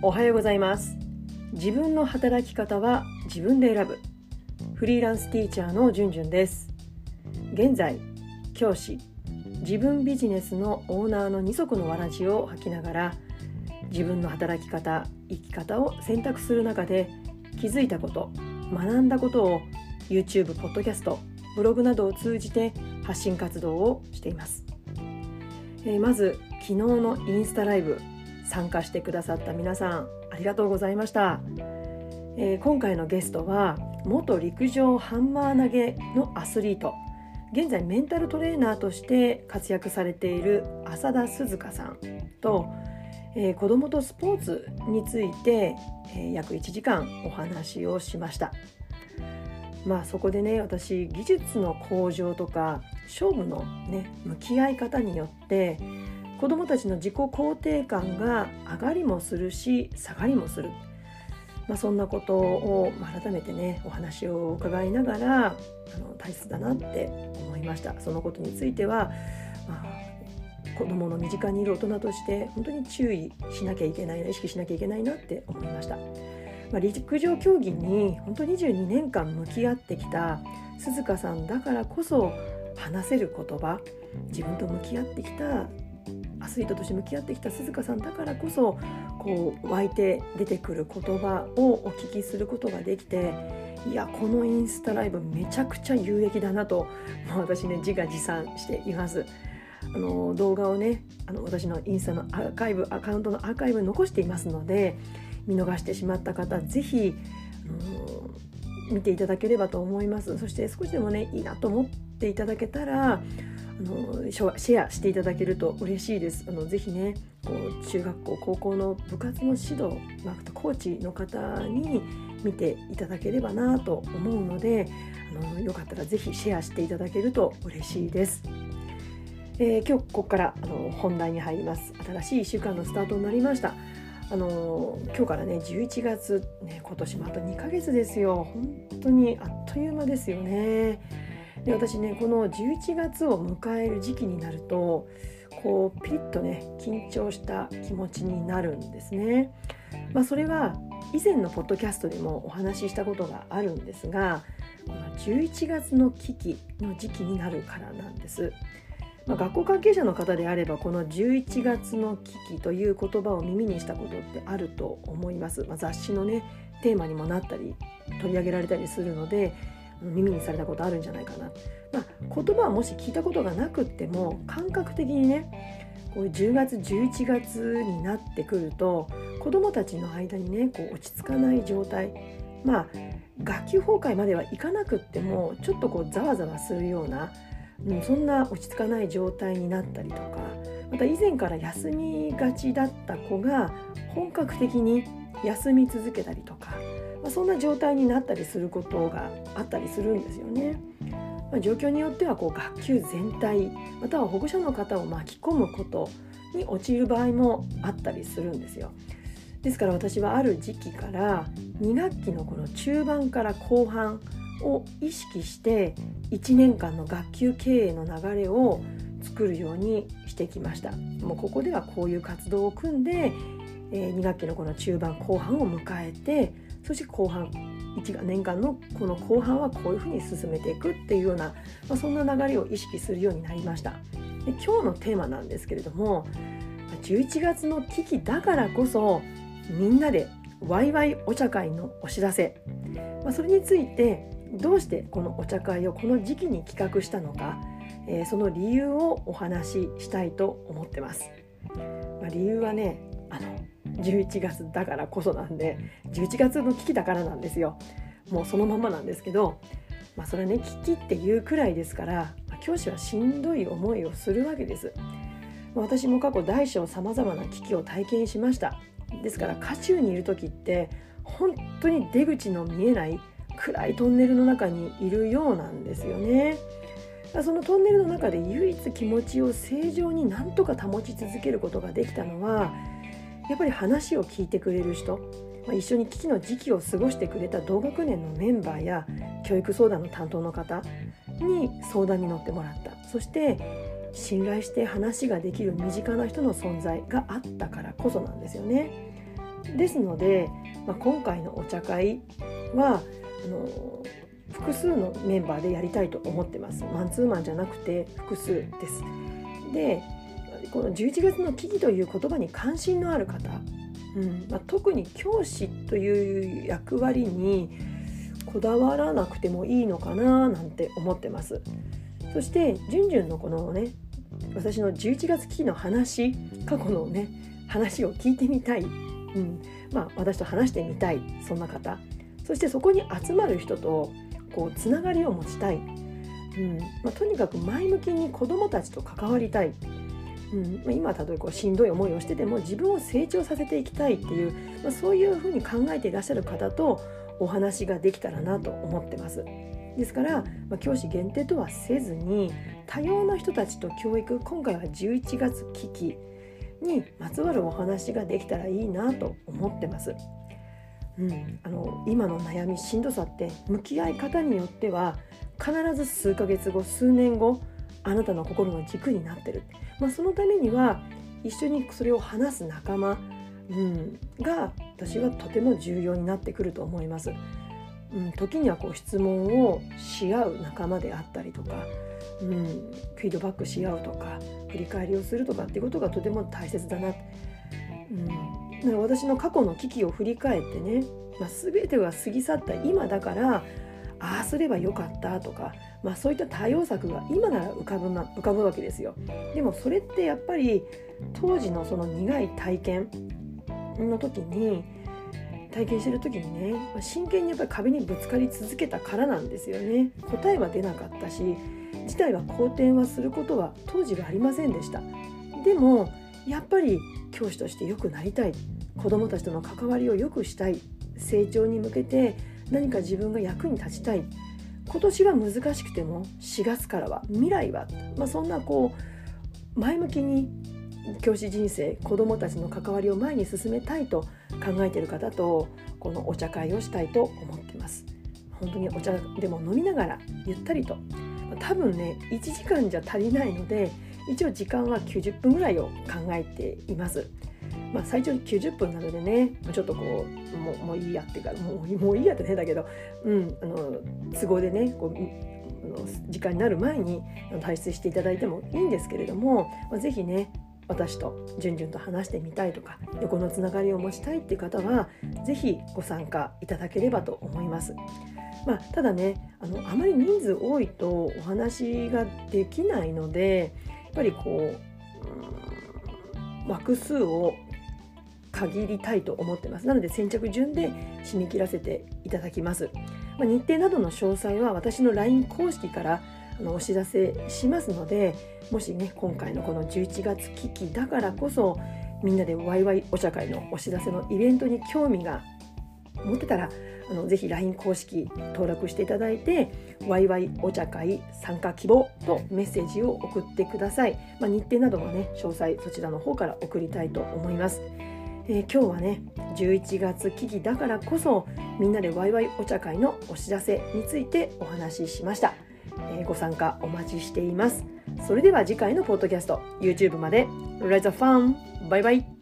おはようございます。自分の働き方は自分で選ぶフリーランスティーチャーのじゅんじゅんです。現在教師、自分ビジネスのオーナーの二足のわらじを履きながら自分の働き方、生き方を選択する中で気づいたこと、学んだことを YouTube、ポッドキャスト、ブログなどを通じて発信活動をしています。まず昨日のインスタライブ参加してくださった皆さんありがとうございました。今回のゲストは元陸上ハンマー投げのアスリート、現在メンタルトレーナーとして活躍されている浅田涼香さんと、子どもとスポーツについて、約1時間お話をしました。そこでね、私技術の向上とか勝負の向き合い方によって子どもたちの自己肯定感が上がりもするし下がりもする、そんなことを改めてお話を伺いながら大切だなって思いました。そのことについては、子どもの身近にいる大人として本当に注意しなきゃいけないな、意識しなきゃいけないなって思いました。陸上競技に本当22年間向き合ってきた涼香さんだからこそ話せる言葉、自分と向き合ってきたアスリートとして向き合ってきた涼香さんだからこそ湧いて出てくる言葉をお聞きすることができて、このインスタライブめちゃくちゃ有益だなと、私自画自賛しています。動画を私のインスタのアカウントのアーカイブに残していますので、見逃してしまった方ぜひ見ていただければと思います。そして少しでもいいなと思っていただけたらシェアしていただけると嬉しいです。ぜひ中学校高校の部活の指導、コーチの方に見ていただければなと思うので、よかったらぜひシェアしていただけると嬉しいです。今日ここから本題に入ります。新しい1週間のスタートになりました。今日から11月、今年もあと2ヶ月ですよ。本当にあっという間ですよね。で、私この11月を迎える時期になるとピリッと緊張した気持ちになるんですね。それは以前のポッドキャストでもお話ししたことがあるんですが、この11月の危機の時期になるからなんです。学校関係者の方であればこの11月の危機という言葉を耳にしたことってあると思います。雑誌のテーマにもなったり取り上げられたりするので耳にされたことあるんじゃないかな。言葉はもし聞いたことがなくっても感覚的に10月11月になってくると子どもたちの間に落ち着かない状態、学級崩壊まではいかなくってもちょっとざわざわするような、そんな落ち着かない状態になったりとか、また以前から休みがちだった子が本格的に休み続けたりとか、そんな状態になったりすることがあったりするんですよね。状況によっては学級全体または保護者の方を巻き込むことに陥る場合もあったりするんですよ。ですから私はある時期から2学期のこの中盤から後半を意識して1年間の学級経営の流れを作るようにしてきました。もうここではこういう活動を組んで、2学期のこの中盤後半を迎えて、そして後半1年間のこの後半はこういうふうに進めていくっていうような、そんな流れを意識するようになりました。で、今日のテーマなんですけれども、11月の危機だからこそみんなでワイワイお茶会のお知らせ、それについてどうしてこのお茶会をこの時期に企画したのか、その理由をお話ししたいと思ってます。理由は11月だからこそなんで、11月の危機だからなんですよ。もうそのままなんですけど、それ危機っていうくらいですから、教師はしんどい思いをするわけです。私も過去大小さまざまな危機を体験しました。ですから渦中にいる時って本当に出口の見えない暗いトンネルの中にいるようなんですよね。そのトンネルの中で唯一気持ちを正常になんとか保ち続けることができたのは、やっぱり話を聞いてくれる人、一緒に危機の時期を過ごしてくれた同学年のメンバーや教育相談の担当の方に相談に乗ってもらった。そして信頼して話ができる身近な人の存在があったからこそなんですよね。 ですので、今回のお茶会は複数のメンバーでやりたいと思ってます。マンツーマンじゃなくて複数です。で、この11月の危機という言葉に関心のある方、特に教師という役割にこだわらなくてもいいのかななんて思ってます。そしてじゅんじゅんのこのね、私の11月期の話、過去のね話を聞いてみたい、私と話してみたい、そんな方、そしてそこに集まる人とこうつながりを持ちたい、とにかく前向きに子どもたちと関わりたい、今は例えばしんどい思いをしてても自分を成長させていきたいっていう、そういうふうに考えていらっしゃる方とお話ができたらなと思ってます。ですから、教師限定とはせずに多様な人たちと教育、今回は11月危機にまつわるお話ができたらいいなと思ってます。今の悩み、しんどさって向き合い方によっては必ず数ヶ月後、数年後、あなたの心の軸になってる。そのためには一緒にそれを話す仲間、が私はとても重要になってくると思います。時にはこう質問をし合う仲間であったりとか、フィードバックし合うとか、振り返りをするとかっていうことがとても大切だな。私の過去の危機を振り返ってね、全てが過ぎ去った今だからああすればよかったとか、そういった対応策が今なら浮かぶわけですよ。でもそれってやっぱり当時のその苦い体験してる時にね、真剣にやっぱり壁にぶつかり続けたからなんですよね。答えは出なかったし、事態は好転はすることは当時はありませんでした。でもやっぱり教師として良くなりたい、子どもたちとの関わりを良くしたい、成長に向けて何か自分が役に立ちたい、今年は難しくても4月からは未来は、そんな前向きに教師人生、子どもたちの関わりを前に進めたいと考えている方とこのお茶会をしたいと思ってます。本当にお茶でも飲みながらゆったりと、多分ね1時間じゃ足りないので一応時間は90分ぐらいを考えています。最長90分なのでね、ちょっともういいやっていうか、もういいやって変だけど、都合でね時間になる前に退出していただいてもいいんですけれども、ぜひね私とじゅんじゅんと話してみたいとか、横のつながりを持ちたいっていう方はぜひご参加いただければと思います。ただね、あまり人数多いとお話ができないので、やっぱり枠数を限りたいと思ってます。なので先着順で締め切らせていただきます。日程などの詳細は私の LINE 公式からお知らせしますので、もしね今回のこの11月危機だからこそみんなでワイワイお茶会のお知らせのイベントに興味が持ってたらぜひ LINE 公式登録していただいて、ワイワイお茶会参加希望とメッセージを送ってください。日程などもね詳細そちらの方から送りたいと思います。今日はね11月危機だからこそみんなでワイワイお茶会のお知らせについてお話ししました。ご参加お待ちしています。それでは次回のポッドキャスト YouTube まで Let's have fun! バイバイ。